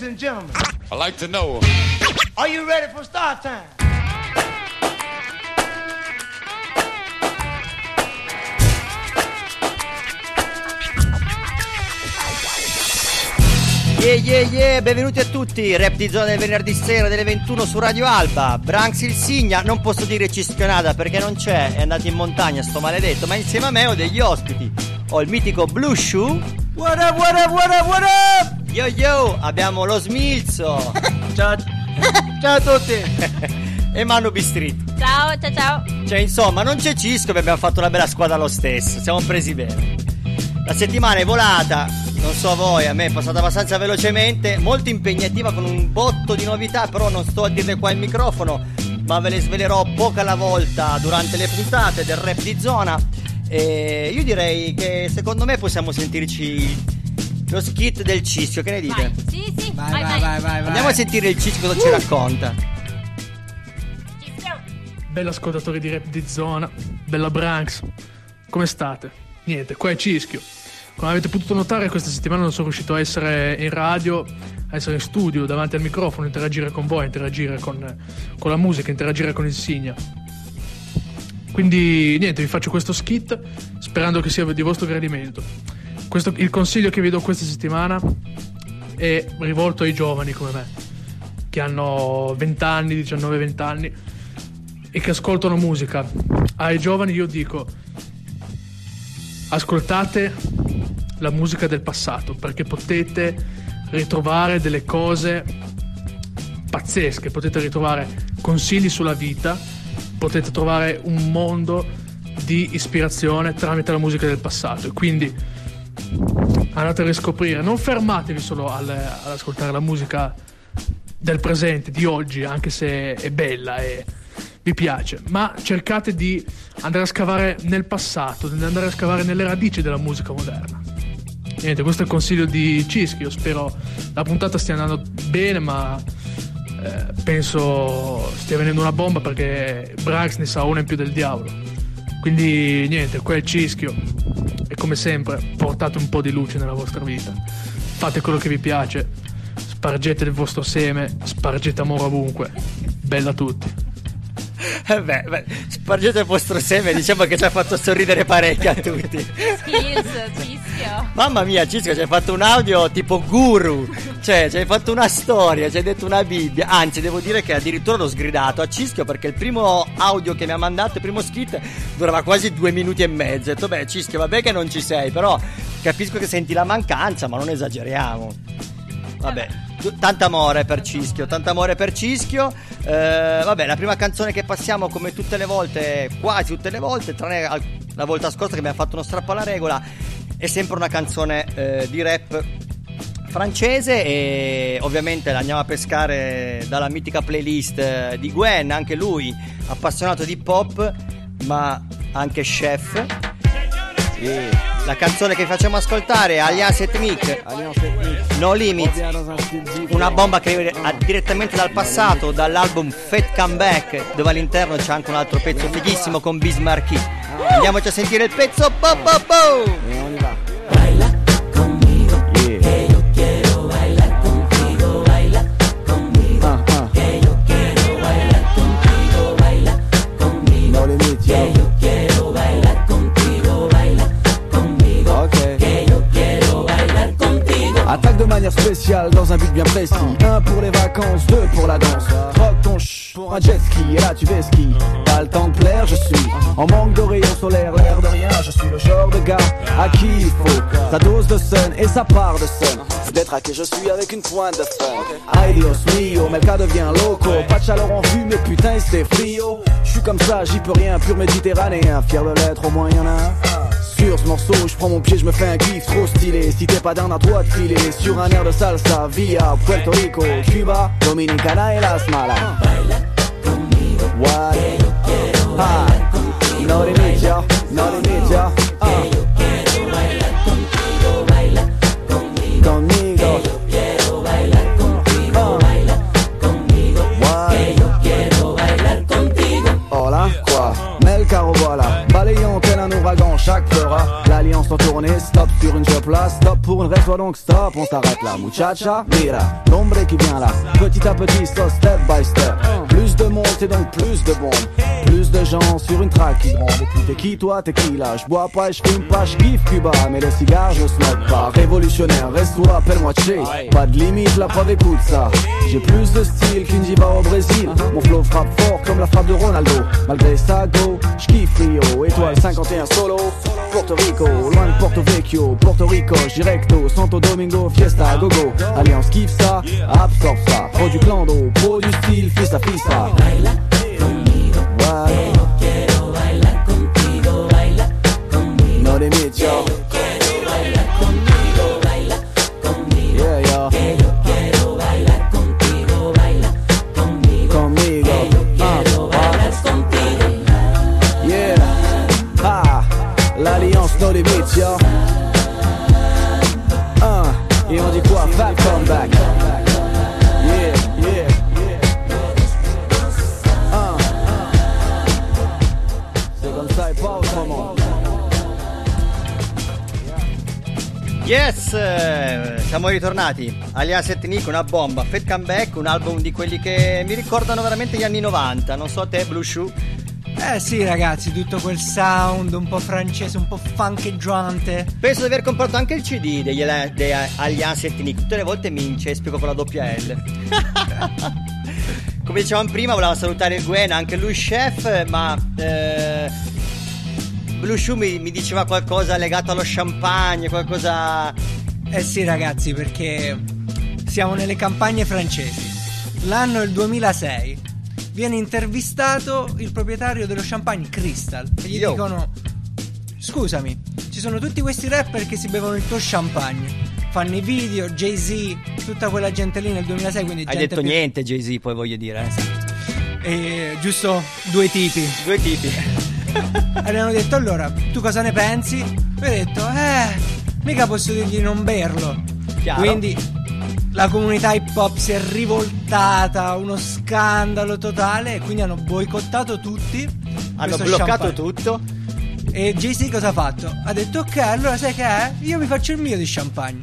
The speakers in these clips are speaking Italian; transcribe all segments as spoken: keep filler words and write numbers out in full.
and gentlemen, I'd like to know, are you ready for start time? Yeah yeah yeah, benvenuti a tutti, Rap di Zona del venerdì sera delle ventuno su Radio Alba. Branks il Signa, non posso dire Cischionada perché non c'è, è andato in montagna sto maledetto, ma insieme a me ho degli ospiti. Ho il mitico Blue Shoe. What up, what up, what up, what up? Yo yo, abbiamo lo Smilzo. Ciao, ciao a tutti. E Manu B-Street. Ciao, ciao, ciao. Cioè insomma non c'è Cisco, ma abbiamo fatto una bella squadra lo stesso, siamo presi bene. La settimana è volata, non so voi, a me è passata abbastanza velocemente, molto impegnativa con un botto di novità, però non sto a dirle qua in microfono, ma ve le svelerò poco alla volta durante le puntate del Rap di Zona. E io direi che secondo me possiamo sentirci lo skit del Cischio, che ne dite? Vai. Sì, sì, Vai, vai, vai, vai, vai, vai. Andiamo a sentire il Cischio cosa uh. ci racconta. Cischio. Bella ascoltatori di Rap di Zona, bella Branks, come state? Niente, qua è Cischio. Come avete potuto notare, questa settimana non sono riuscito a essere in radio, a essere in studio, davanti al microfono, interagire con voi, interagire con, con la musica, interagire con il Signa. Quindi niente, vi faccio questo skit sperando che sia di vostro gradimento. Questo, il consiglio che vi do questa settimana è rivolto ai giovani come me, che hanno venti anni, diciannove venti anni e che ascoltano musica. Ai giovani io dico: ascoltate la musica del passato, perché potete ritrovare delle cose pazzesche, potete ritrovare consigli sulla vita, potete trovare un mondo di ispirazione tramite la musica del passato. E quindi andate a riscoprire, non fermatevi solo al, ad ascoltare la musica del presente, di oggi, anche se è bella e vi piace, ma cercate di andare a scavare nel passato, di andare a scavare nelle radici della musica moderna. Niente, questo è il consiglio di Cischio. Spero la puntata stia andando bene, ma eh, penso stia venendo una bomba, perché Branks ne sa una in più del diavolo. Quindi niente, qua è Cischio e come sempre portate un po' di luce nella vostra vita, fate quello che vi piace, spargete il vostro seme, spargete amore ovunque. Bella a tutti. Eh beh, beh, spargete il vostro seme, diciamo che ci ha fatto sorridere parecchio a tutti. Skills, Cischio. Mamma mia, Cischio, ci hai fatto un audio tipo guru. Cioè, ci hai fatto una storia, ci hai detto una Bibbia. Anzi, devo dire che addirittura l'ho sgridato a Cischio, perché il primo audio che mi ha mandato, il primo skit, durava quasi due minuti e mezzo. Ho detto, beh, Cischio, vabbè che non ci sei, però capisco che senti la mancanza, ma non esageriamo. Vabbè, tanto amore per Cischio, tanto amore per Cischio. Eh, vabbè, la prima canzone che passiamo, come tutte le volte, quasi tutte le volte, tranne la volta scorsa che abbiamo fatto uno strappo alla regola, è sempre una canzone eh, di rap francese, e ovviamente la andiamo a pescare dalla mitica playlist di Gwen, anche lui appassionato di hip hop, ma anche chef. Yeah. La canzone che vi facciamo ascoltare è Alliance Ethnique, No Limit, una bomba che arriva direttamente dal passato, dall'album Fat Comeback, dove all'interno c'è anche un altro pezzo fighissimo con Bismarcky. Andiamoci a sentire il pezzo. Bo bo bo. Baila conmigo, yeah. Que yo quiero bailar contigo, baila conmigo, uh-huh. Que yo quiero bailar contigo, baila conmigo, no limit, que yo quiero bailar contigo, baila conmigo, okay. Que yo quiero bailar contigo. Attaque de manière spéciale dans un but bien précis. Un pour les vacances, deux pour la danse. Troque ton ch pour un jet ski et là tu fais ski. Pas le temps de plaire, je suis en manque de rayons solaires, l'air de rien. Je suis le genre de gars à qui il faut sa dose de sun et sa part de sun. Détraqué, je suis avec une pointe de fun. Ay Dios mio, mais le cas devient loco. Pas de chaleur en vue, mais putain c'est frio. Je suis comme ça, j'y peux rien, pur méditerranéen. Fier de l'être, au moins y'en a un. Sur ce morceau, je prends mon pied, je me fais un kiff trop stylé. Si t'es pas down, à toi de filer. Sur un air de salsa, via Puerto Rico, Cuba, Dominicana et Las Malas. Baila conmigo, What? Que yo quiero bailar contigo. No limit, yo, no limit, yo. Que yo quiero bailar contigo, baila conmigo. Conmigo. Que yo quiero bailar contigo, baila conmigo. What? Que yo quiero bailar contigo. Oh là, quoi? Mais le carreau voilà, balayant tel un ouragan, chaque fera l'alliance lance en tournée, stop sur une job là, stop pour une reste, donc stop, on s'arrête là. Muchacha, mira, l'ombre qui vient là, petit à petit, so step by step. Plus de monde et donc plus de bombes, plus de gens sur une track qui grondent. Et puis t'es qui toi, t'es qui là? Je bois pas, je fume pas, je kiffe Cuba, mais les cigares je smoke pas. Révolutionnaire, reste-toi, appelle-moi Che. Pas de limite, la preuve écoute ça. J'ai plus de style qu'une diva au Brésil. Mon flow frappe fort comme la frappe de Ronaldo. Malgré ça, go, je kiffe Rio. Étoile cinquante et un solo, Porto Rico, loin de Porto Vecchio, Porto Rico, directo, Santo Domingo, fiesta, gogo. Alliance kiffe ça, absorbe ça. Pro du clando, pro du style, fista fista. Baila conmigo, Voilà. que yo quiero bailar contigo, baila conmigo. No limit, yo. Quiero bailar conmigo, baila conmigo. Yeah, yo. Que yo quiero bailar contigo, baila conmigo. Conmigo. Quiero bailar contigo. Yeah. Ah, l'alliance no limit, yo. Ah, et on dit quoi? Fat comeback. Yeah, yeah, yeah. Ah. C'est comme ça et pas autrement. Yes, eh, siamo ritornati. Alliance Ethnique, una bomba. Fat Comeback, un album di quelli che mi ricordano veramente gli anni novanta. Non so te, Blue Shoe. Eh sì ragazzi, tutto quel sound un po' francese, un po' funcheggiante. Penso di aver comprato anche il C D degli Ala- dei Alliance Ethnique. Tutte le volte mi incespico con la doppia L. Come dicevamo prima, volevo salutare il Gwen, anche lui chef, ma eh, Blue Shoe mi, mi diceva qualcosa legato allo champagne, qualcosa... Eh sì ragazzi, perché siamo nelle campagne francesi. L'anno è il duemilasei. Viene intervistato il proprietario dello champagne Crystal e gli Yo. dicono: scusami, ci sono tutti questi rapper che si bevono il tuo champagne, fanno i video, Jay-Z, tutta quella gente lì nel duemilasei, quindi Hai gente detto più- niente, Jay-Z, poi voglio dire. Eh. E, giusto due tipi. Due tipi. Abbiamo detto: allora, tu cosa ne pensi? E ho detto: eh, mica posso dirgli non berlo. Chiaro. Quindi la comunità hip hop si è rivoltata, uno scandalo totale, e quindi hanno boicottato tutti. Hanno questo bloccato champagne. tutto. E Jay-Z cosa ha fatto? Ha detto: ok, allora sai che è? Io mi faccio il mio di champagne.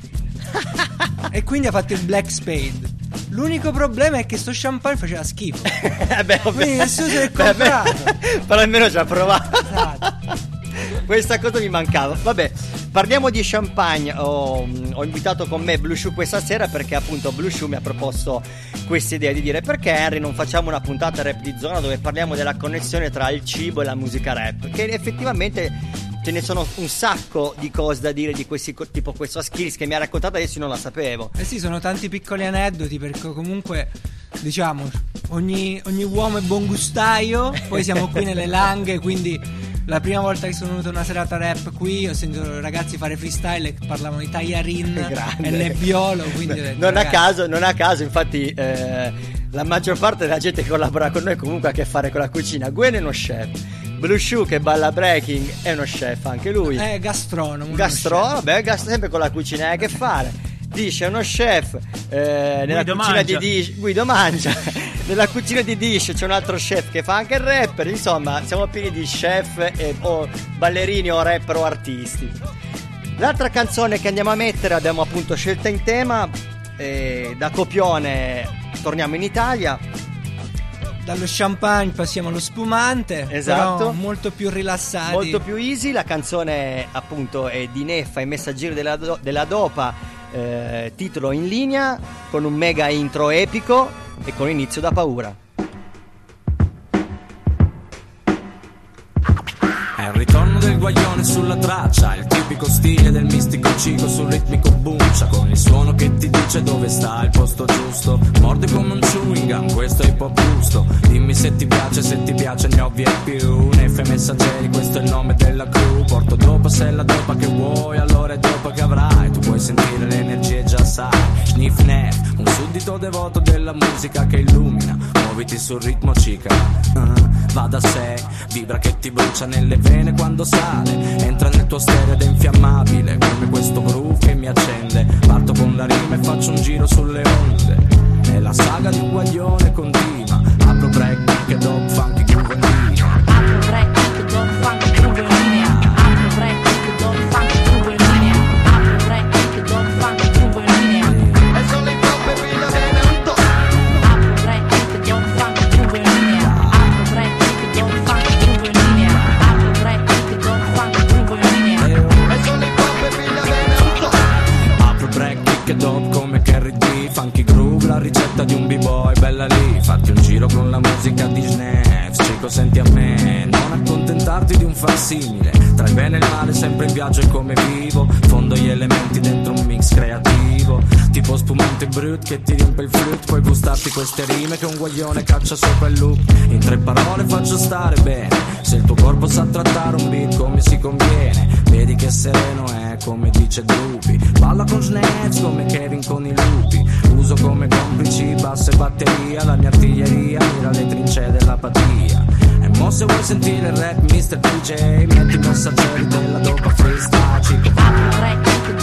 E quindi ha fatto il Black Spade. L'unico problema è che sto champagne faceva schifo. Eh beh, ovvio- Quindi nessuno se l'è Beh, beh, comprato. però almeno ci ha provato. Esatto. Questa cosa mi mancava. Vabbè, parliamo di champagne. Ho, ho invitato con me Blue Shoe questa sera perché appunto Blue Shoe mi ha proposto questa idea di dire: perché Henry non facciamo una puntata rap di zona dove parliamo della connessione tra il cibo e la musica rap, che effettivamente ce ne sono un sacco di cose da dire di questi, tipo questo skills che mi ha raccontato adesso, io non la sapevo. Eh sì, sono tanti piccoli aneddoti, perché comunque, diciamo, ogni, ogni uomo è buon gustaio. Poi siamo qui nelle Langhe, quindi la prima volta che sono venuto a una serata rap qui ho sentito ragazzi fare freestyle e parlavano di Tagliarin Grande. e Nebbiolo, quindi ho detto, non a ragazzi, caso, non a caso, infatti eh, la maggior parte della gente che collabora con noi comunque ha a che fare con la cucina. Gwen è uno chef, Blue Shoe che balla breaking è uno chef anche lui, è gastronomo. uno gastronomo, chef. beh, gas- sempre con la cucina hai a che fare. Dish è uno chef, eh, nella Guido cucina mangia. di Dish Guido mangia. Nella cucina di Dish c'è un altro chef che fa anche il rapper. Insomma, siamo pieni di chef e, o ballerini o rapper o artisti. L'altra canzone che andiamo a mettere abbiamo appunto scelta in tema, eh, da copione torniamo in Italia. Dallo champagne passiamo allo spumante, Esatto. però molto più rilassati. Molto più easy. La canzone appunto è di Neffa e Messaggeri della, Do- della Dopa, eh, titolo In linea, con un mega intro epico e con inizio da paura. È il ritorno del guaglione sulla traccia, il tipico stile del mistico cico sul ritmico buccia, con il suono che ti dice dove sta il posto giusto. Morde come un chewing gum, questo è hip hop giusto. Dimmi se ti piace, se ti piace ne ovvi e più. Neffe Messaggeri, questo è il nome della crew. Porto dopo se è la dopa che vuoi, allora è dopo che avrai. Tu puoi sentire le energie, già sai. Sniff Nef, un suddito devoto della musica che illumina. Muoviti sul ritmo cica, uh, va da sé, vibra che ti brucia nelle vene quando sale. Entra nel tuo stereo ed è infiammabile, come questo groove che mi accende. Parto con la rima e faccio un giro sulle onde. E la saga di un guaglione continua. Apro break, che dog funky groove in linea. Apro break, che do funk groove in linea. Apro break, che do funk groove far simile. Tra il bene e il male sempre in viaggio e come vivo, fondo gli elementi dentro un mix creativo, tipo spumante brut che ti riempie il fruit. Puoi gustarti queste rime che un guaglione caccia sopra il loop. In tre parole faccio stare bene, se il tuo corpo sa trattare un beat come si conviene. Vedi che sereno è come dice Drupi, balla con Snatch come Kevin con i lupi. Uso come complici basso e batteria, la mia artiglieria mira le trincee dell'apatia. E mo se vuoi sentire il rap mister D J, metti i messaggeri della dopa freestyle, cico vai.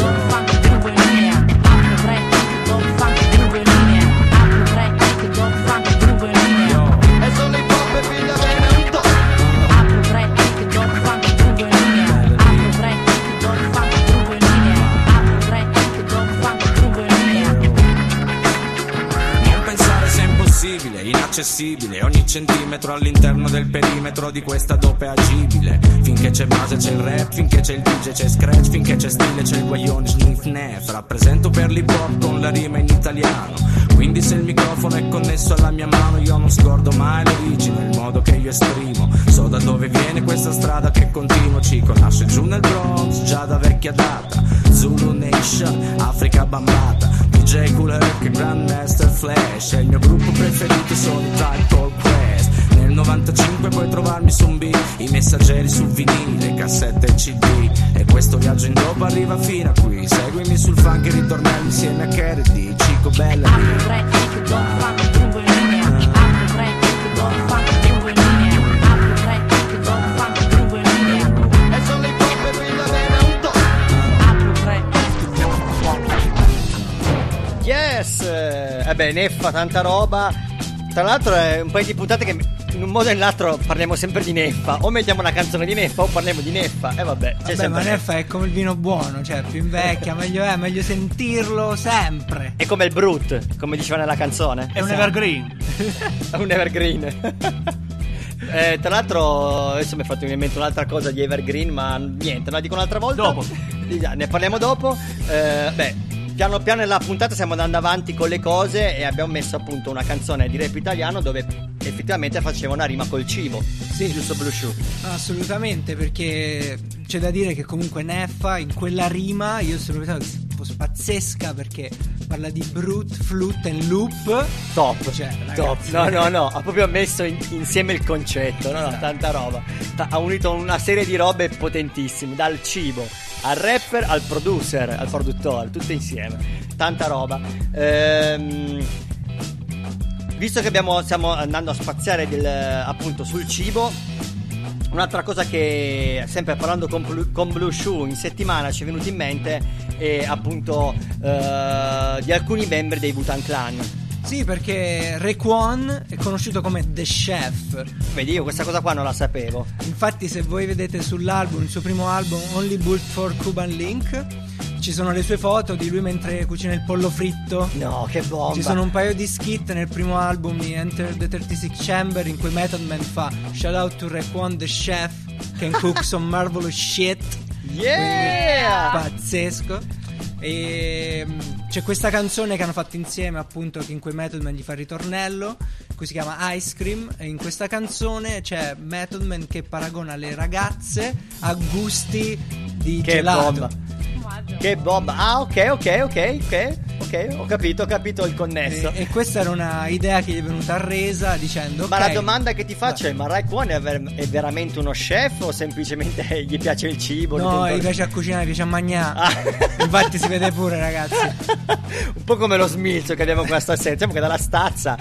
Inaccessibile, ogni centimetro all'interno del perimetro di questa dope agibile. Finché c'è base c'è il rap, finché c'è il D J c'è scratch, finché c'è stile c'è il guaglione sniff nef. Rappresento per l'hip hop con la rima in italiano, quindi se il microfono è connesso alla mia mano io non scordo mai l'origine, il modo che io esprimo. So da dove viene questa strada che continuo, cico nasce giù nel Bronx già da vecchia data. Zulu Nation, Africa bambata, D J Kool Herc, Grandmaster Flash. E il mio gruppo preferito sono i Tribe Called Quest. Nel novantacinque puoi trovarmi su un beat, i messaggeri su vinile, cassette e C D. E questo viaggio in dopo arriva fino a qui. Seguimi sul funk e ritornelli insieme a Kennedy, Cico Bella. Yes, eh beh, Neffa, tanta roba. Tra l'altro è un paio di puntate che in un modo o nell'altro parliamo sempre di Neffa. O mettiamo una canzone di Neffa o parliamo di Neffa. E eh vabbè, c'è vabbè, ma Neffa è come il vino buono, cioè più invecchia meglio è, meglio sentirlo sempre. È come il Brut, come diceva nella canzone. È un evergreen. È un evergreen. Eh, tra l'altro adesso mi è fatto in mente un'altra cosa di evergreen, ma niente, la dico un'altra volta. Dopo. Ne parliamo dopo. eh, Beh, piano piano nella puntata stiamo andando avanti con le cose e abbiamo messo appunto una canzone di rap italiano dove effettivamente faceva una rima col cibo. Sì, giusto Blue Shoe? Assolutamente, perché c'è da dire che comunque Neffa in quella rima io sono pensato che fosse pazzesca, perché parla di brut, flute and loop. Top, cioè, top. ragazzi, No, no, no, ha proprio messo in, insieme il concetto, no, no, tanta roba. Ta- ha unito una serie di robe potentissime, dal cibo al rapper, al producer, al produttore, tutte insieme, tanta roba. Ehm, visto che abbiamo, stiamo andando a spaziare del, appunto sul cibo, un'altra cosa che sempre parlando con, Blue, con Blue Shoe in settimana ci è venuto in mente è appunto eh, di alcuni membri dei Wu-Tang Clan. Sì, perché Raekwon è conosciuto come The Chef. Vedi, io questa cosa qua non la sapevo. Infatti se voi vedete sull'album, il suo primo album Only Built for Cuban Link, ci sono le sue foto di lui mentre cucina il pollo fritto. No, che bomba. Ci sono un paio di skit nel primo album di Enter the thirty-six Chamber in cui Method Man fa shout out to Raekwon The Chef, can cook some marvelous shit. Yeah! Quindi, pazzesco. E c'è questa canzone che hanno fatto insieme, appunto, in cui Method Man gli fa il ritornello, cui si chiama Ice Cream. E in questa canzone c'è Method Man che paragona le ragazze a gusti di che gelato. Bomba. Che bomba. Ah, ok, ok, ok, ok, ok, ho capito, ho capito il connesso. E, e questa era una idea che gli è venuta a resa dicendo ma okay, la domanda che ti faccio è: ma Raekwon è, ver- è veramente uno chef o semplicemente gli piace il cibo? No, gli gli piace a cucinare, gli piace a mangiare. Ah. Infatti si vede pure, ragazzi. Un po' come lo smilzo che abbiamo qua stasera. Diciamo che dalla stazza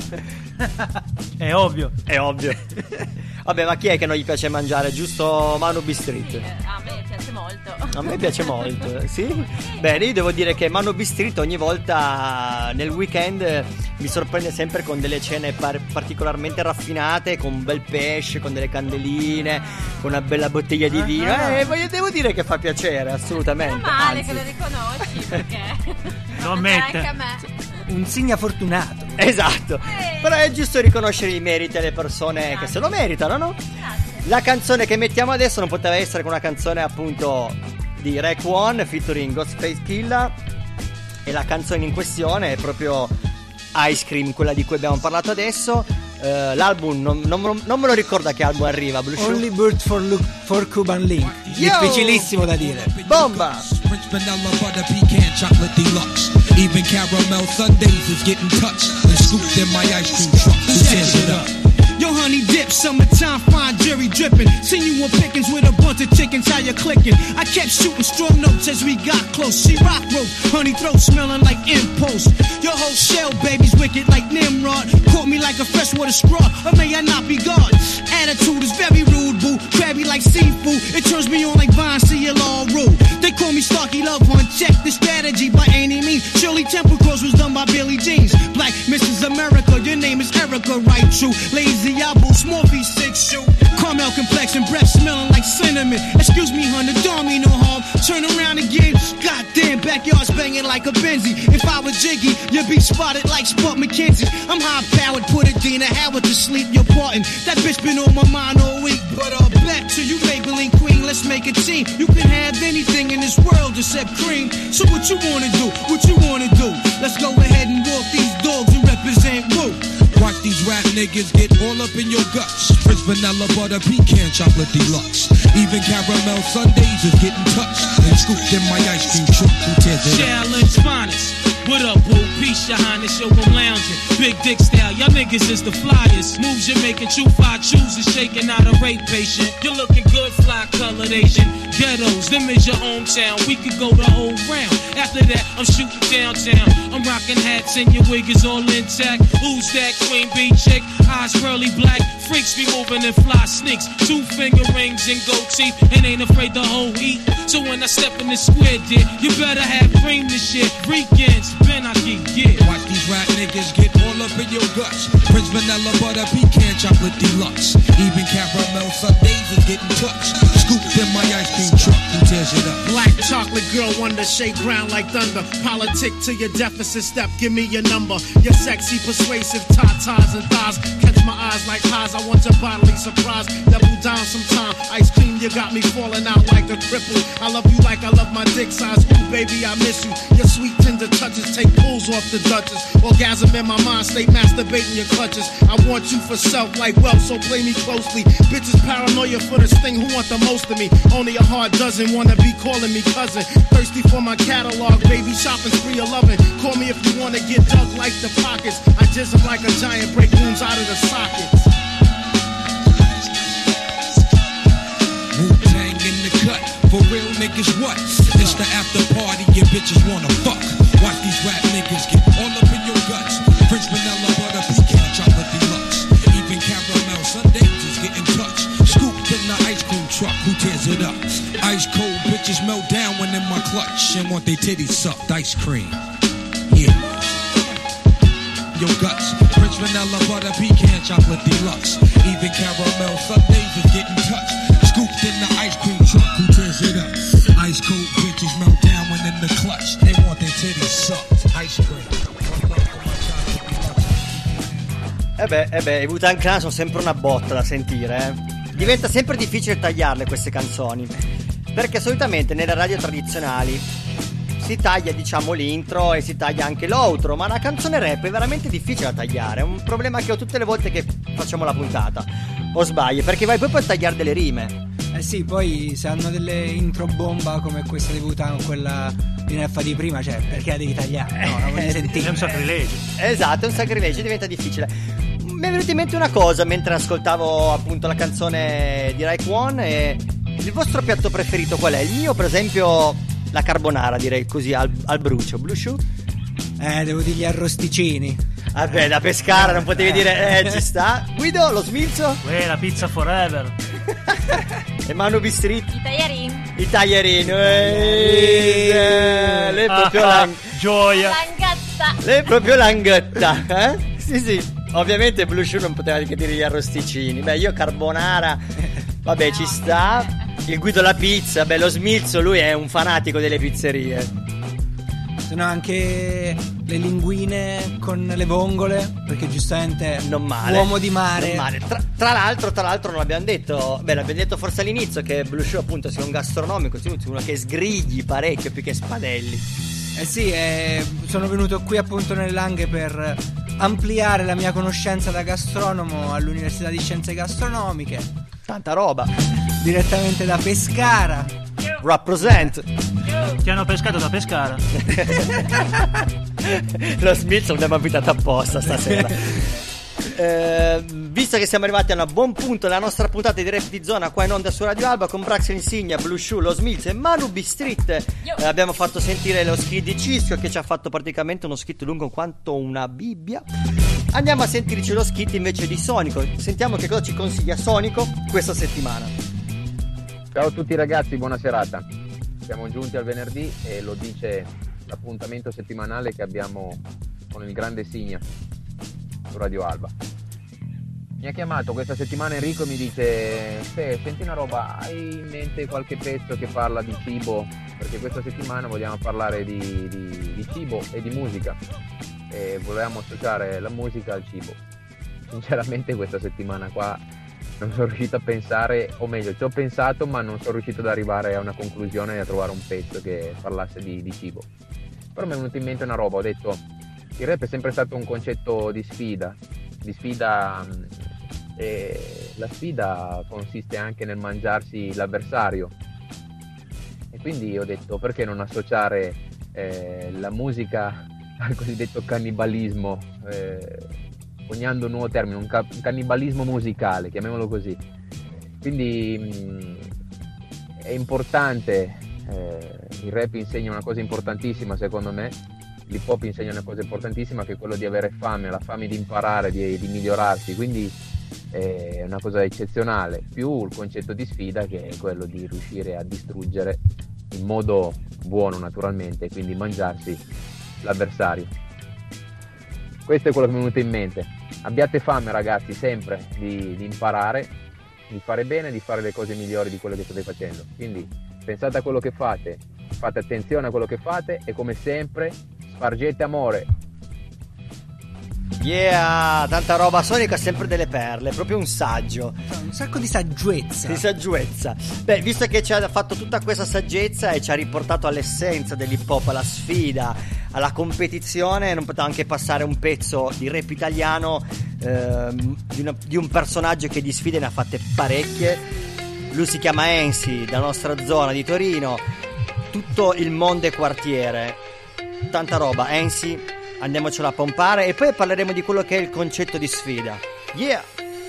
è ovvio. È ovvio. Vabbè, ma chi è che non gli piace mangiare? Giusto Manu B Street? A me piace molto. A me piace molto, sì. Bene, io devo dire che Manu B Street ogni volta nel weekend mi sorprende sempre con delle cene par- particolarmente raffinate, con un bel pesce, con delle candeline, con una bella bottiglia di vino. Eh, voglio- devo dire che fa piacere, assolutamente. Meno male Anzi. che lo riconosci, perché Lo anche ammette. a me. Un segno fortunato. Esatto. Però è giusto riconoscere i meriti alle persone che se lo meritano, no? Grazie. La canzone che mettiamo adesso non poteva essere che una canzone appunto di Raekwon featuring Ghostface Killah, e la canzone in questione è proprio Ice Cream, quella di cui abbiamo parlato adesso. eh, l'album non, non, non me lo ricordo a che album arriva. Blue Shoe. Only Bird for, Lu- for Cuban Link. Yo! Difficilissimo da dire. Bomba. French vanilla butter pecan chocolate deluxe. Even caramel sundaes is getting touched and scooped in my ice cream truck. Who tears it up? Yo, honey dip, summertime, fine jury dripping. Seen you on pickings with a bunch of chickens, how you clicking? I kept shooting strong notes as we got close. She rock rope, honey throat smelling like impulse. Your whole shell, baby's wicked like Nimrod. Caught me like a freshwater straw, or may I not be God? Attitude is very rude, boo. Crabby like seafood, it turns me on like Vine, see you all rude. They call me Starkey Love Hunt, check the strategy by any means. Shirley Temple Cross was done by Billy Jeans. Black Missus America, your name is Erica, right? True. Lazy Apple, small piece, six shoe. Caramel complexion, breath smelling like cinnamon. Excuse me, honey, don't mean no harm. Turn around again, goddamn, backyard's banging like a Benzie. If I was Jiggy, you'd be spotted like Sport McKenzie. I'm high powered, put a Dina Howard to sleep, you're parting. That bitch been on my mind all week. But uh, back to you, Maybelline Queen, let's make a team. You can have anything in this world except cream. So what you wanna do? What you wanna do? Let's go ahead and walk these dogs and represent Woo. Watch these rap niggas get all up in your guts. French vanilla butter pecan chocolate deluxe. Even caramel sundaes is getting touched and scooped in my ice cream truck. Who tears it up? Challenge finest. What up, boo? Peace, your highness, yo, I'm lounging. Big dick style, y'all niggas is the flyest. Moves you're making, true five chooses, shaking out a rape patient. You're looking good, fly colored Asian. Ghettos, them is your hometown. We could go the whole round. After that, I'm shooting downtown. I'm rocking hats and your wig is all intact. Who's that queen bee chick? Eyes pearly black. Freaks be moving in fly sneaks. Two finger rings and gold teeth. And ain't afraid the whole heat. So when I step in the square, dear, you better have cream this shit. Weekends, Ben, I get get. Watch these rap niggas get all up in your guts. French vanilla butter pecan chocolate deluxe. Even caramel sundaes is getting touched. Scooped in my ice cream truck. Who tears it up? Black chocolate girl, wonder, shake ground like thunder. Politic to your deficit step, give me your number. Your sexy, persuasive tatas and thighs. Catch my eyes like highs, I want your bodily surprise. Double down sometime, ice cream, you got me falling out like a cripple. I love you like I love my dick size. Ooh, baby, I miss you. Your sweet tender touches take pulls off the Duchess. Orgasm in my mind, stay masturbating your clutches. I want you for self like wealth, so play me closely. Bitches paranoia for this thing, who want the most of me? Only a hard dozen wanna be calling me cousin. Thirsty for my catalog, baby, shopping spree eleven. Call me if you wanna get dug like the pockets. I just am like a giant, break wounds out of the sockets. Wu-Tang in the cut, for real niggas what? It's the after party, your bitches wanna fuck. Watch these rap niggas get all up in your guts. French vanilla butter pecan chocolate deluxe. Even caramel sundaes is getting touched. Scooped in the ice cream truck, who tears it up? Ice cold bitches melt down when in my clutch and want they titties sucked. Ice cream, yeah. Your guts, French vanilla butter pecan chocolate deluxe. Even caramel sundaes is getting touched. Scooped in the ice cream truck, who tears it up? Ice cold bitches melt down when in the clutch. They want their titties sucked. Ice cream. E beh, e beh, i Wu-Tang Clan sono sempre una botta da sentire, eh. Diventa sempre difficile tagliarle queste canzoni, perché solitamente nelle radio tradizionali si taglia, diciamo, l'intro e si taglia anche l'outro, ma una canzone rap è veramente difficile da tagliare. È un problema che ho tutte le volte che facciamo la puntata. O sbaglio? Perché vai poi per tagliare delle rime. Eh sì, poi se hanno delle intro bomba come questa di Wu-Tang o quella di Neffa di prima, cioè perché la devi tagliare? No, la voglio sentire. È un sacrilegio. Esatto, è un sacrilegio, diventa difficile. Mi è venuta in mente una cosa mentre ascoltavo appunto la canzone di Raekwon. E il vostro piatto preferito qual è? Il mio, per esempio, la carbonara, direi così, al, al brucio. Blue Shoe? Eh, devo dire gli arrosticini. Vabbè, da Pescara non potevi dire, eh, ci sta. Guido, lo smilzo? Uè, la pizza forever. E Manu Bistrit? I tagliarini. I taglierini. Eh, lei è proprio Ah, lang- gioia. Langatta. lei è proprio langhetta, eh? Sì, sì. Ovviamente Blue Shoe non poteva che dire gli arrosticini. Beh, io carbonara, vabbè, ci sta. Il Guido la pizza, beh, lo smilzo, lui è un fanatico delle pizzerie. Sono anche le linguine con le vongole, perché giustamente Non male. uomo di mare. Non male. Tra, tra l'altro, tra l'altro non l'abbiamo detto. Beh, l'abbiamo detto forse all'inizio che Blue Shoe appunto sia un gastronomico, sia uno che sgrigli parecchio più che spadelli. Eh sì, eh, sono venuto qui appunto nelle Langhe per ampliare la mia conoscenza da gastronomo all'Università di Scienze Gastronomiche. Tanta roba. Direttamente da Pescara. Represent. Ti hanno pescato da Pescara. Lo Smith l'abbiamo invitato apposta stasera. Eh, visto che siamo arrivati a un buon punto della nostra puntata di Rap di Zona qua in onda su Radio Alba con Brax Insignia, Blue Shoe, Lo Smilz e Manu B Street, eh, abbiamo fatto sentire lo skit di Cischio che ci ha fatto praticamente uno skit lungo quanto una Bibbia. Andiamo a sentirci lo skit invece di Sonico. Sentiamo che cosa ci consiglia Sonico questa settimana. Ciao a tutti ragazzi, buona serata. Siamo giunti al venerdì e lo dice l'appuntamento settimanale che abbiamo con il grande Signa su Radio Alba. Mi ha chiamato questa settimana Enrico e mi dice: se, senti una roba, hai in mente qualche pezzo che parla di cibo? Perché questa settimana vogliamo parlare di, di, di cibo e di musica e volevamo associare la musica al cibo. Sinceramente questa settimana qua non sono riuscito a pensare, o meglio ci ho pensato ma non sono riuscito ad arrivare a una conclusione e a trovare un pezzo che parlasse di, di cibo. Però mi è venuta in mente una roba, ho detto: il rap è sempre stato un concetto di sfida, di sfida e la sfida consiste anche nel mangiarsi l'avversario e quindi ho detto perché non associare eh, la musica al cosiddetto cannibalismo, eh, coniando un nuovo termine, un, ca- un cannibalismo musicale, chiamiamolo così. Quindi mh, è importante, eh, il rap insegna una cosa importantissima secondo me. L'hip hop insegna una cosa importantissima che è quello di avere fame, la fame di imparare, di, di migliorarsi, quindi è una cosa eccezionale, più il concetto di sfida che è quello di riuscire a distruggere in modo buono naturalmente, quindi mangiarsi l'avversario. Questo è quello che mi è venuto in mente. Abbiate fame ragazzi sempre di, di imparare, di fare bene, di fare le cose migliori di quello che state facendo, quindi pensate a quello che fate, fate attenzione a quello che fate e come sempre spargete amore. Yeah, tanta roba. Sonico ha sempre delle perle, proprio un saggio, un sacco di saggezza. Di saggezza. Beh, visto che ci ha fatto tutta questa saggezza e ci ha riportato all'essenza dell'hip hop, alla sfida, alla competizione, non poteva anche passare un pezzo di rap italiano ehm, di, una, di un personaggio che di sfide ne ha fatte parecchie. Lui si chiama Ensi, dalla nostra zona di Torino, tutto il mondo e quartiere. Tanta roba, Ensi, andiamocela a pompare e poi parleremo di quello che è il concetto di sfida. Yeah!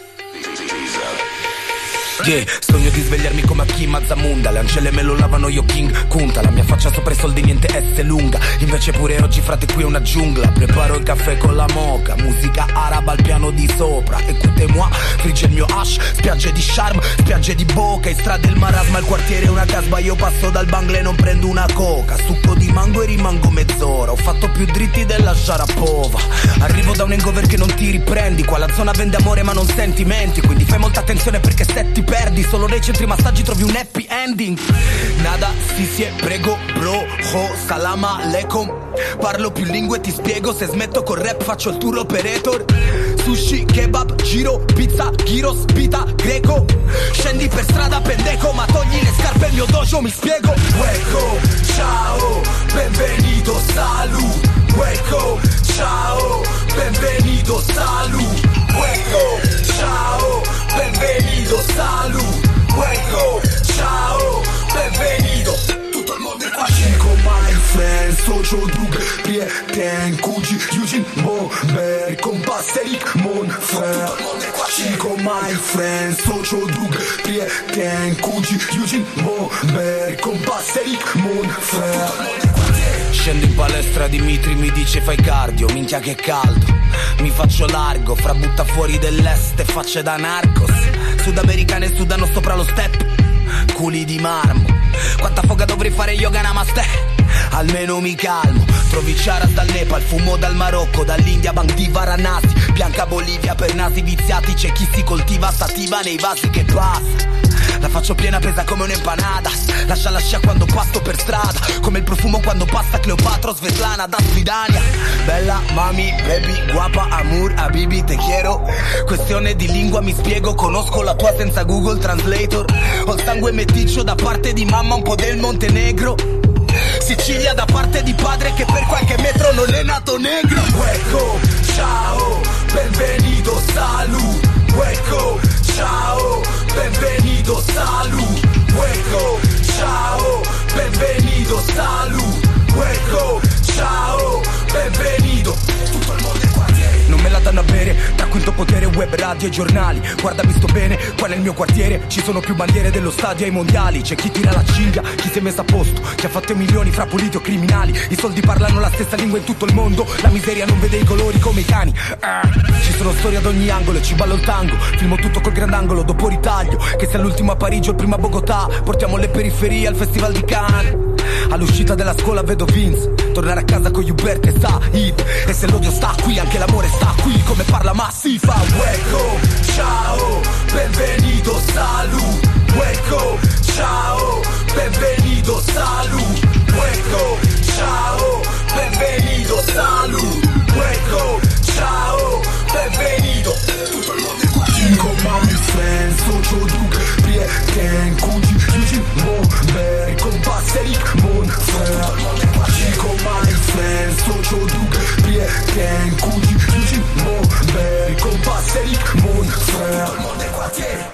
Yeah, sogno di svegliarmi come a Kim Zamunda. Le ancelle me lo lavano io King Kunta. La mia faccia sopra i soldi niente S lunga. Invece pure oggi frate qui è una giungla. Preparo il caffè con la mocha, musica araba al piano di sopra. Écoutez-moi, frigge il mio hash. Spiagge di charme, spiagge di bocca. In strada il marasma, il quartiere è una casba. Io passo dal bangle e non prendo una coca. Succo di mango e rimango mezz'ora. Ho fatto più dritti della Sharapova. Arrivo da un hangover che non ti riprendi. Qua la zona vende amore ma non sentimenti. Quindi fai molta attenzione perché se ti perdi solo nei centri massaggi trovi un happy ending. Nada, si si prego, bro, ho, salam aleikum. Parlo più lingue, ti spiego. Se smetto col rap faccio il tour operator. Sushi, kebab, giro, pizza, gyros, pita, greco. Scendi per strada pendeco, ma togli le scarpe al mio dojo, mi spiego. Welcome, ciao, benvenuto, salut. Welcome, ciao, benvenuto, salut. Welcome, ciao, benvenuto, salut. Welcome, ciao, benvenuto. Tutto il mondo è qua. Chico, my friend, Socio, Drug, Prieten, Cugi, Eugene, Bomber, Compass, Eric, mon frère. Tutto il mondo è qua. Chico, my friend, Socio, Drug, Prieten, Cugi, Eugene, Bomber, Compass, Eric, mon frère. Scendo in palestra, Dimitri mi dice fai cardio, minchia che caldo. Mi faccio largo, fra butta fuori dell'est e facce da narcos. Sudamericane sudano sopra lo step, culi di marmo. Quanta foga dovrei fare yoga namaste, almeno mi calmo. Provinciara dal Nepal, fumo dal Marocco, dall'India, Bank di Varanasi. Bianca Bolivia per nasi viziati, c'è chi si coltiva sativa nei vasi che passa. La faccio piena pesa come un'empanada. Lascia la scia quando passo per strada, come il profumo quando passa Cleopatra o Svetlana da Svidania. Bella, mami, baby, guapa, amor, habibi, te quiero. Questione di lingua mi spiego, conosco la tua senza Google Translator. Ho il sangue meticcio da parte di mamma, un po' del Montenegro. Si figlia da parte di padre che per qualche metro non è nato negro. Hueco, ciao, benvenuto, salud. Hueco, ciao, benvenuto, salud. Hueco, ciao, benvenuto, salud. Hueco, ciao, benvenuto. Tutto il mondo è quartiere. Non me la danno a bere, tra quinto potere, web, radio e giornali. Guarda, visto bene, qual è il mio quartiere? Ci sono più bandiere dello stadio ai mondiali. C'è chi tira la cinghia, chi si è messo a posto, chi ha fatto i milioni fra puliti o criminali. I soldi parlano la stessa lingua in tutto il mondo, la miseria non vede i colori come i cani. ah. Ci sono storie ad ogni angolo e ci ballo il tango. Filmo tutto col grandangolo, dopo ritaglio. Che sia l'ultimo a Parigi o il primo a Bogotà, portiamo le periferie al festival di Cannes. All'uscita della scuola vedo Vince tornare a casa con Hubert e Said. E se l'odio sta qui, anche l'amore sta qui. Come parla Massifa. Hueco, ciao, benvenuto, salud. Hueco, ciao, benvenuto, salud. Hueco, ciao, benvenuto, salud. Hueco, ciao, benvenuto. Tutto il mondo è qua. Con my friends, Socio Duke, Pie, Ken, Kuji, Yuji, Mo, con Basserik, Mon, Frère. Con my friends, Socio Duke, Pie, Ken, Kuji, Yuji, Mo, con Basserik, Mon, Frère. Tutto il mondo è quartiere.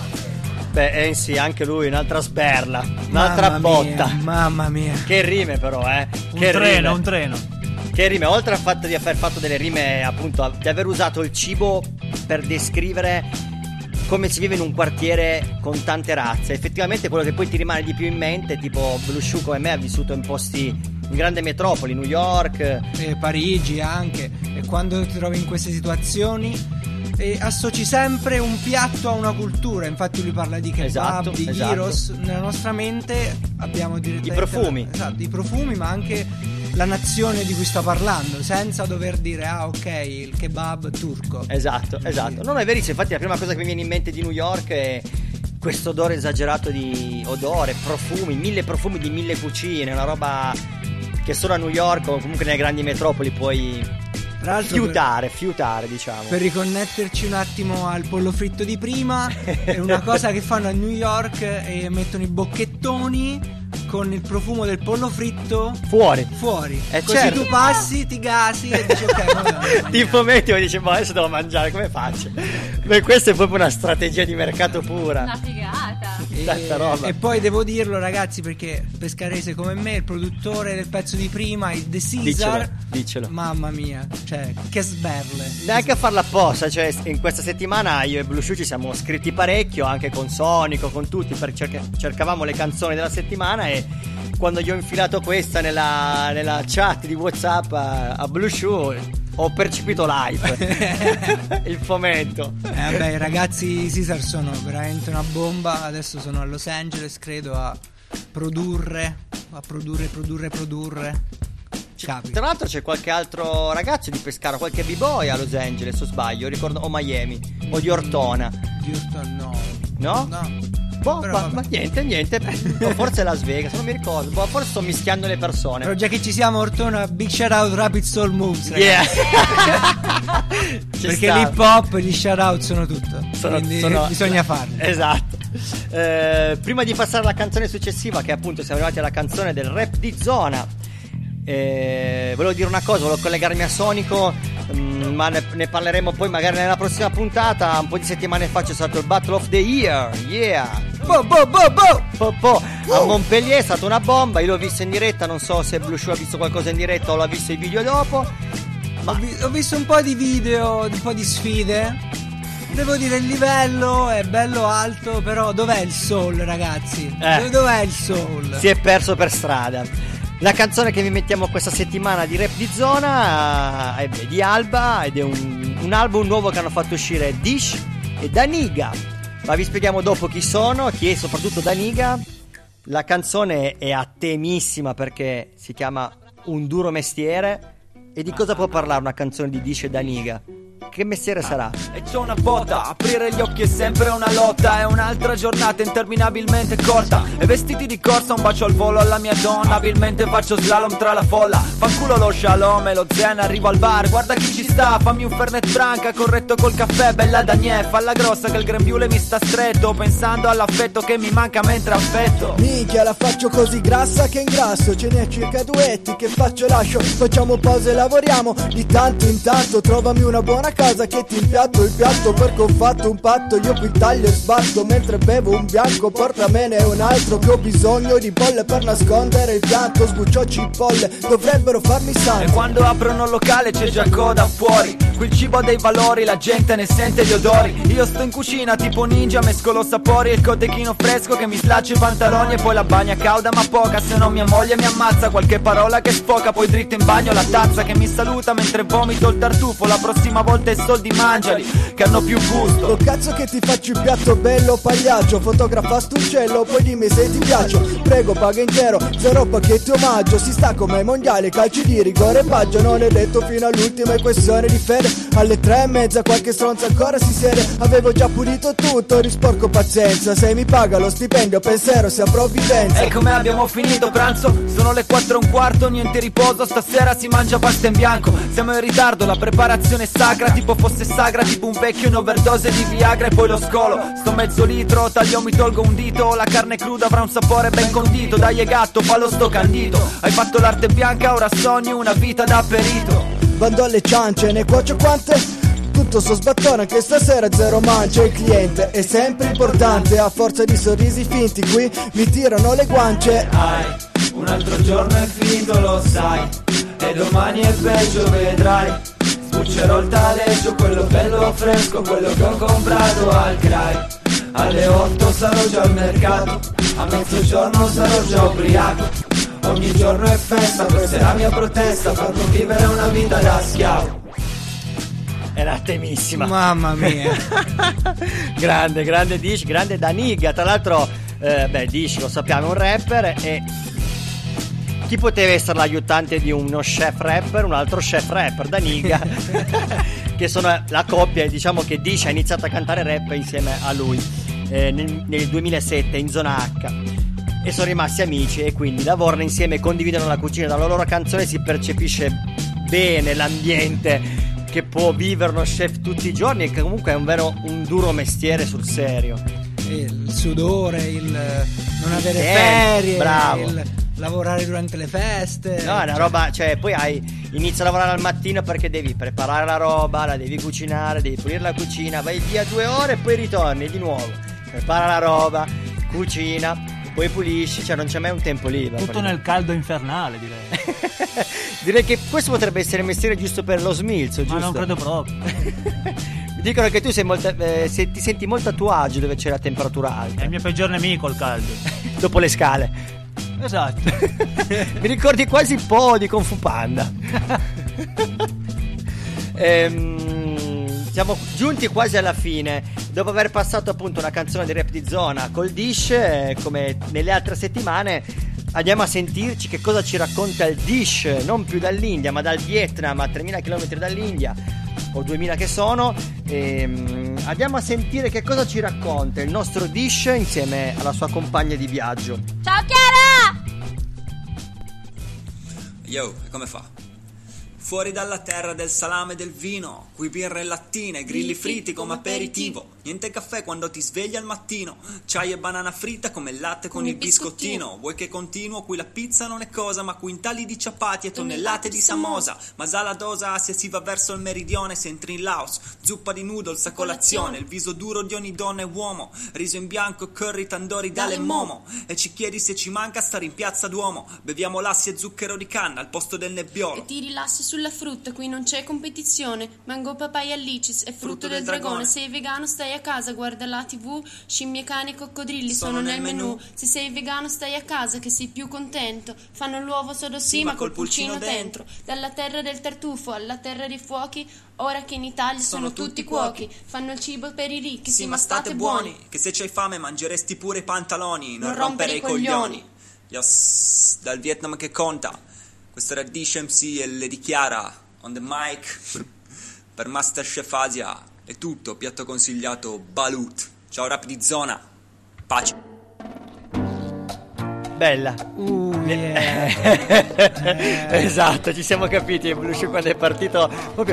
Beh, Ensi, anche lui un'altra sberla, un'altra Mamma botta. mia, mamma mia. Che rime però, eh. Un Che treno, rime. un treno. Che rime, oltre al fatto di aver fatto delle rime, appunto, di aver usato il cibo per descrivere come si vive in un quartiere con tante razze. Effettivamente quello che poi ti rimane di più in mente, tipo Blue Shoe come me ha vissuto in posti, in grandi metropoli, New York, e Parigi anche. E quando ti trovi in queste situazioni e associ sempre un piatto a una cultura. Infatti lui parla di kebab, Esatto, di esatto. gyros. Nella nostra mente abbiamo direttamente I profumi. la- esatto, i profumi, ma anche la nazione di cui sta parlando, senza dover dire ah ok, il kebab turco. Esatto, esatto. Non è verissimo, infatti la prima cosa che mi viene in mente di New York è questo odore esagerato di odore, profumi, mille profumi di mille cucine, una roba che solo a New York o comunque nelle grandi metropoli puoi Tra l'altro, fiutare, fiutare, diciamo. Per riconnetterci un attimo al pollo fritto di prima, è una cosa che fanno a New York e mettono i bocchettoni con il profumo del pollo fritto Fuori. fuori. Eh, Così certo. tu passi, ti gasi e dici ok, vabbè. Ti fomenti e dici ma adesso devo mangiare, come faccio? Beh, questa è proprio una strategia di mercato pura. Una figata. Tanta roba. E poi devo dirlo ragazzi, perché pescarese come me, il produttore del pezzo di prima, il The Caesar, Dicelo, dicelo. mamma mia, cioè che sberle. Neanche a farla apposta, cioè in questa settimana io e Blue Shoe ci siamo scritti parecchio, anche con Sonico, con tutti, perché cerca- cercavamo le canzoni della settimana e quando gli ho infilato questa nella, nella chat di WhatsApp a, a Blue Shoe ho percepito l'hype, il fomento. Eh, vabbè, i ragazzi Caesar sono veramente una bomba. Adesso sono a Los Angeles, credo, a produrre, a produrre, produrre, produrre. Capi. Tra l'altro c'è qualche altro ragazzo di Pescara, qualche b-boy a Los Angeles, o sbaglio, ricordo, o Miami, o di Ortona. Di Houston no. No? No. Boh, Però ma, vabbè. ma niente, niente. O forse Las Vegas, non mi ricordo. Boh, forse sto mischiando le persone. Però già che ci siamo, Ortona, big shout out Rapid Soul Moves, ragazzi. Yeah. Ci Perché sta. l'hip hop e gli shout out sono tutto. Sono- Quindi sono- bisogna farli. Esatto. Eh, prima di passare alla canzone successiva, che appunto siamo arrivati alla canzone del rap di zona, eh, volevo dire una cosa, volevo collegarmi a Sonico, mm, ma ne, ne parleremo poi magari nella prossima puntata. Un po' di settimane fa c'è stato il Battle of the Year, yeah. Boh, boh, boh, boh. Po, po. A Montpellier è stata una bomba, io l'ho visto in diretta, non so se Blue Shoe ha visto qualcosa in diretta o l'ha visto i video dopo. Ho, vi- ho visto un po' di video, un po' di sfide. Devo dire il livello è bello alto, però dov'è il soul, ragazzi? Eh. Dove- Dov'è il soul? Si è perso per strada. La canzone che vi mettiamo questa settimana di Rap di Zona è di Alba ed è un, un album nuovo che hanno fatto uscire Dish e Daniga. Ma vi spieghiamo dopo chi sono, chi è soprattutto Daniga. La canzone è a temissima perché si chiama Un duro mestiere. E di cosa può parlare una canzone di Dish e Daniga? che mestiere sarà? E c'ho una botta, aprire gli occhi è sempre una lotta. È un'altra giornata interminabilmente corta. E vestiti di corsa, un bacio al volo alla mia donna. Abilmente faccio slalom tra la folla. Fanculo lo shalom e lo zen, arrivo al bar. Guarda chi ci sta, fammi un fernet franca corretto col caffè, bella Daniè. Falla grossa che il grembiule mi sta stretto, pensando all'affetto che mi manca mentre affetto. Minchia, la faccio così grassa che ingrasso. Ce n'è circa duetti che faccio lascio. Facciamo pause e lavoriamo. Di tanto in tanto trovami una buona casa che ti impiatto il piatto, perché ho fatto un patto. Io qui taglio e sbatto mentre bevo un bianco. Portamene un altro che ho bisogno di bolle per nascondere il pianto. Sbuccio cipolle, dovrebbero farmi santo. E quando aprono il locale c'è già coda fuori. Qui il cibo ha dei valori, la gente ne sente gli odori. Io sto in cucina tipo ninja, mescolo sapori e il cotechino fresco che mi slaccia i pantaloni. E poi la bagna cauda ma poca, se no mia moglie mi ammazza. Qualche parola che sfoca, poi dritto in bagno la tazza che mi saluta mentre vomito il tartufo. La prossima volta i soldi mangiali, che hanno più gusto. Oh cazzo che ti faccio il piatto bello pagliaccio. Fotografa sto uccello, poi dimmi se ti piaccio. Prego paga intero, zero pacchetti omaggio. Si sta come ai mondiali, calci di rigore e baggio. Non è detto fino all'ultimo, è questione di fede. Alle tre e mezza qualche stronzo ancora si siede. Avevo già pulito tutto, risporco pazienza. Se mi paga lo stipendio pensiero sia provvidenza. E come abbiamo finito pranzo? Sono le quattro e un quarto, niente riposo. Stasera si mangia pasta in bianco. Siamo in ritardo, la preparazione è sacra. Tipo fosse sagra, tipo un vecchio in overdose di Viagra. E poi lo scolo, sto mezzo litro. Taglio mi tolgo un dito. La carne cruda avrà un sapore ben condito. Dai e gatto, fallo sto candito. Hai fatto l'arte bianca, ora sogni una vita da perito. Bando alle ciance, ne cuocio quante? Tutto sto sbattone che stasera zero mancia. Il cliente è sempre importante. A forza di sorrisi finti qui mi tirano le guance. Hai, un altro giorno è finito lo sai. E domani è peggio vedrai. Sbuccerò il taleggio, quello bello fresco, quello che ho comprato al Crai. Alle otto sarò già al mercato, a mezzogiorno sarò già ubriaco. Ogni giorno è festa, questa è la mia protesta, per non vivere una vita da schiavo. Era temissima. Mamma mia. Grande, grande Dish, grande Daniga. Tra l'altro, eh, beh, Dish lo sappiamo è un rapper. E chi poteva essere l'aiutante di uno chef rapper? Un altro chef rapper, Daniga. Che sono la coppia. E diciamo che Dish ha iniziato a cantare rap insieme a lui eh, nel, nel duemilasette in zona H. E sono rimasti amici e quindi lavorano insieme e condividono la cucina. Dalla loro canzone si percepisce bene l'ambiente che può vivere uno chef tutti i giorni e che comunque è un vero un duro mestiere sul serio. Il sudore, il non avere Eh, ferie, bravo. il lavorare durante le feste. No, è una roba, cioè poi hai inizi a lavorare al mattino perché devi preparare la roba, la devi cucinare, devi pulire la cucina, vai via due ore e poi ritorni di nuovo. Prepara la roba, cucina, poi pulisci, cioè non c'è mai un tempo libero. Tutto nel caldo infernale, direi. Direi che questo potrebbe essere il mestiere giusto per lo smilzo, giusto? Ma non credo proprio. Mi dicono che tu sei molto, eh, se, ti senti molto a tuo agio dove c'è la temperatura alta. È il mio peggior nemico il caldo. Dopo le scale. Esatto. Mi ricordi quasi un po' di Kung Fu Panda. ehm, siamo giunti quasi alla fine. Dopo aver passato appunto una canzone di Rap di Zona col Dish, eh, come nelle altre settimane, andiamo a sentirci che cosa ci racconta il Dish, non più dall'India ma dal Vietnam, a tremila chilometri dall'India o duemila che sono. E, andiamo a sentire che cosa ci racconta il nostro Dish insieme alla sua compagna di viaggio. Ciao Chiara! Yo, come fa? Fuori dalla terra del salame e del vino, qui birre e lattine, grilli fritti come aperitivo. Niente caffè quando ti svegli al mattino, chai e banana fritta come il latte con il biscottino. Vuoi che continuo? Qui la pizza non è cosa, ma quintali di ciapati e tonnellate di samosa. Masala dosa se si va verso il meridione, se entri in Laos, zuppa di noodles a colazione. Il viso duro di ogni donna e uomo, riso in bianco, curry, tandori, dalle momo. E ci chiedi se ci manca stare in piazza Duomo. Beviamo lassi e zucchero di canna al posto del nebbiolo. E ti rilassi sulla frutta, qui non c'è competizione. Mango, papaya, licis è frutto, frutto del, del dragone. dragone. Se sei vegano stai a casa, guarda la tv. Scimmie, cani e coccodrilli sono, sono nel menù. menù. Se sei vegano stai a casa che sei più contento. Fanno l'uovo sodo sì, ma col pulcino dentro. Dalla terra del tartufo alla terra dei fuochi, ora che in Italia sono, sono tutti cuochi. Fanno il cibo per i ricchi, sì, sì ma state buoni. Che se c'hai fame mangeresti pure i pantaloni. Non, non rompere, rompere i coglioni, coglioni. Yes, dal Vietnam che conta. Questo era Dish M C e le dichiara on the mic. per Masterchef Asia è tutto, piatto consigliato Balut. Ciao rap di zona, pace. Bella. Uh, yeah. Esatto, ci siamo capiti. Blue Shoe quando è partito proprio.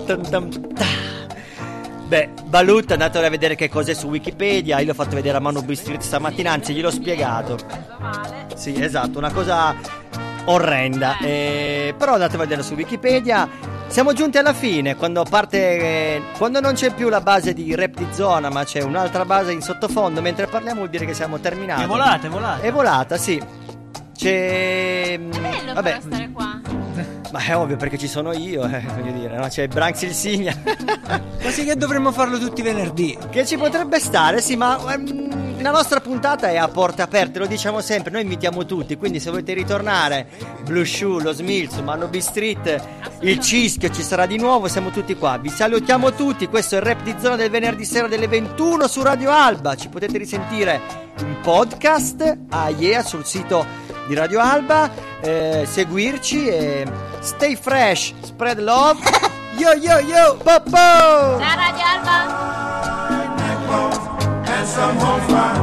Beh, Balut, andatelo a vedere che cos'è su Wikipedia. Io l'ho fatto vedere a Manu B Street stamattina, anzi gliel'ho spiegato. Sì, esatto, una cosa orrenda. Eh, però andate a vedere su Wikipedia. Siamo giunti alla fine, quando parte eh, quando non c'è più la base di Rap di Zona, ma c'è un'altra base in sottofondo mentre parliamo, vuol dire che siamo terminati. È volata, è volata. È volata, sì. C'è È bello vabbè. però stare qua. Ma è ovvio perché ci sono io, eh, voglio dire, no? C'è Branks il Signa. Quasi che dovremmo farlo tutti i venerdì. Che ci potrebbe stare, sì, ma ehm, la nostra puntata è a porte aperte, lo diciamo sempre, noi invitiamo tutti, quindi se volete ritornare, Blue Shoe, lo Smilz, Mano B Street, il Cischio ci sarà di nuovo, siamo tutti qua. Vi salutiamo tutti, questo è il Rap di Zona del venerdì sera delle ventuno su Radio Alba. Ci potete risentire in podcast, ah yeah, sul sito di Radio Alba, eh, seguirci e stay fresh, spread love. Yo yo yo, popo! Ciao Radio Alba! And some more fire.